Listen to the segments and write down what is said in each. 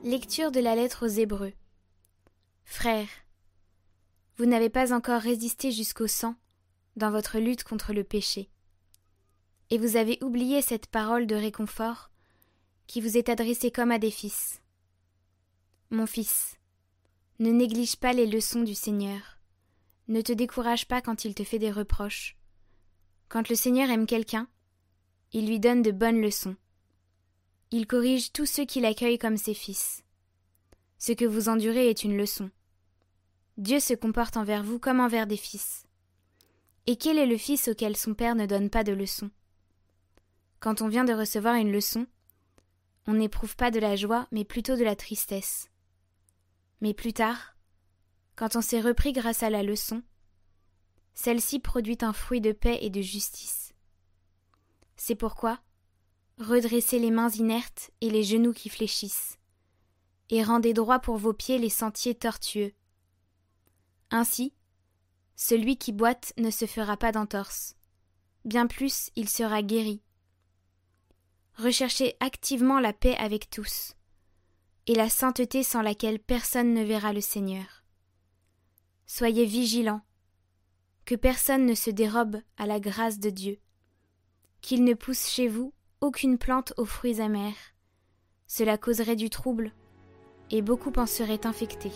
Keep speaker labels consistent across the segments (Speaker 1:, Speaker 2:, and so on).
Speaker 1: Lecture de la lettre aux Hébreux. Frères, vous n'avez pas encore résisté jusqu'au sang dans votre lutte contre le péché. Et vous avez oublié cette parole de réconfort qui vous est adressée comme à des fils. Mon fils, ne néglige pas les leçons du Seigneur. Ne te décourage pas quand il te fait des reproches. Quand le Seigneur aime quelqu'un, il lui donne de bonnes leçons. Il corrige tous ceux qui l'accueillent comme ses fils. Ce que vous endurez est une leçon. Dieu se comporte envers vous comme envers des fils. Et quel est le fils auquel son père ne donne pas de leçon ? Quand on vient de recevoir une leçon, on n'éprouve pas de la joie, mais plutôt de la tristesse. Mais plus tard, quand on s'est repris grâce à la leçon, celle-ci produit un fruit de paix et de justice. C'est pourquoi, redressez les mains inertes et les genoux qui fléchissent, et rendez droit pour vos pieds les sentiers tortueux. Ainsi, celui qui boite ne se fera pas d'entorse, bien plus il sera guéri. Recherchez activement la paix avec tous, et la sainteté sans laquelle personne ne verra le Seigneur. Soyez vigilants, que personne ne se dérobe à la grâce de Dieu, qu'il ne pousse chez vous aucune plante aux fruits amers. Cela causerait du trouble, et beaucoup en seraient infectés.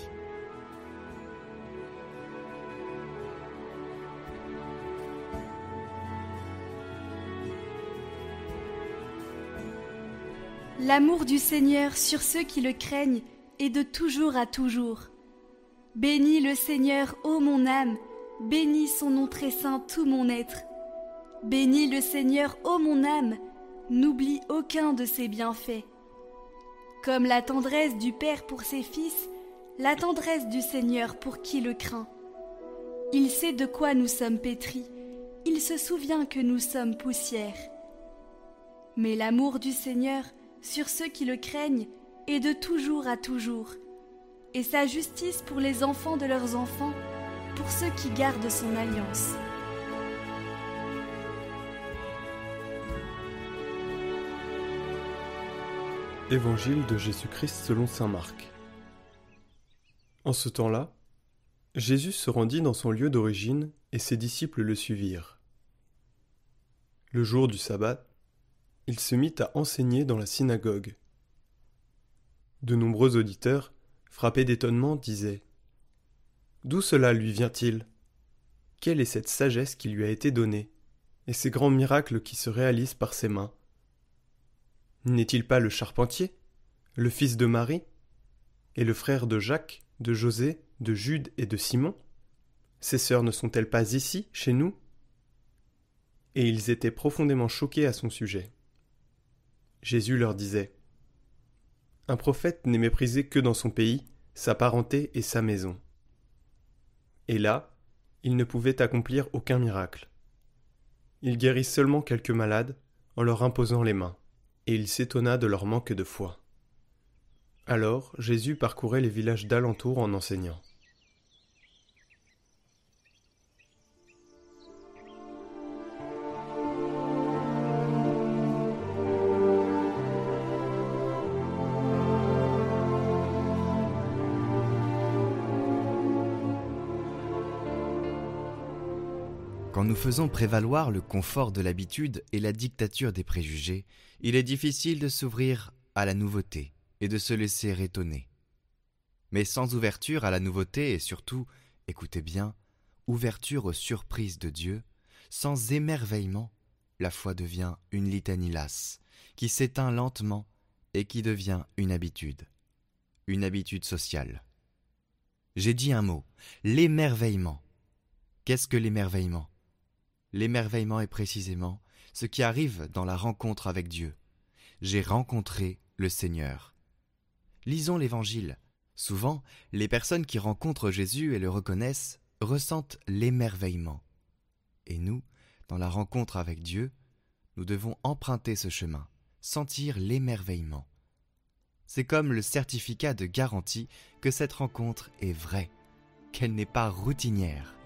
Speaker 2: L'amour du Seigneur sur ceux qui le craignent est de toujours à toujours. Bénis le Seigneur, ô mon âme, bénis son nom très saint tout mon être. Bénis le Seigneur, ô mon âme, n'oublie aucun de ses bienfaits. Comme la tendresse du Père pour ses fils, la tendresse du Seigneur pour qui le craint. Il sait de quoi nous sommes pétris, il se souvient que nous sommes poussière. Mais l'amour du Seigneur sur ceux qui le craignent est de toujours à toujours, et sa justice pour les enfants de leurs enfants, pour ceux qui gardent son alliance.
Speaker 3: Évangile de Jésus-Christ selon saint Marc. En ce temps-là, Jésus se rendit dans son lieu d'origine et ses disciples le suivirent. Le jour du sabbat, il se mit à enseigner dans la synagogue. De nombreux auditeurs, frappés d'étonnement, disaient « D'où cela lui vient-il ? Quelle est cette sagesse qui lui a été donnée, et ces grands miracles qui se réalisent par ses mains ? N'est-il pas le charpentier, le fils de Marie, et le frère de Jacques, de José, de Jude et de Simon ? Ses sœurs ne sont-elles pas ici, chez nous ? » Et ils étaient profondément choqués à son sujet. Jésus leur disait « Un prophète n'est méprisé que dans son pays, sa parenté et sa maison. » Et là, il ne pouvait accomplir aucun miracle. Il guérit seulement quelques malades en leur imposant les mains, et il s'étonna de leur manque de foi. Alors Jésus parcourait les villages d'alentour en enseignant.
Speaker 4: Quand nous faisons prévaloir le confort de l'habitude et la dictature des préjugés, il est difficile de s'ouvrir à la nouveauté et de se laisser étonner. Mais sans ouverture à la nouveauté et surtout, écoutez bien, ouverture aux surprises de Dieu, sans émerveillement, la foi devient une litanie lasse, qui s'éteint lentement et qui devient une habitude sociale. J'ai dit un mot, l'émerveillement. Qu'est-ce que l'émerveillement ? L'émerveillement est précisément ce qui arrive dans la rencontre avec Dieu. J'ai rencontré le Seigneur. Lisons l'Évangile. Souvent, les personnes qui rencontrent Jésus et le reconnaissent ressentent l'émerveillement. Et nous, dans la rencontre avec Dieu, nous devons emprunter ce chemin, sentir l'émerveillement. C'est comme le certificat de garantie que cette rencontre est vraie, qu'elle n'est pas routinière.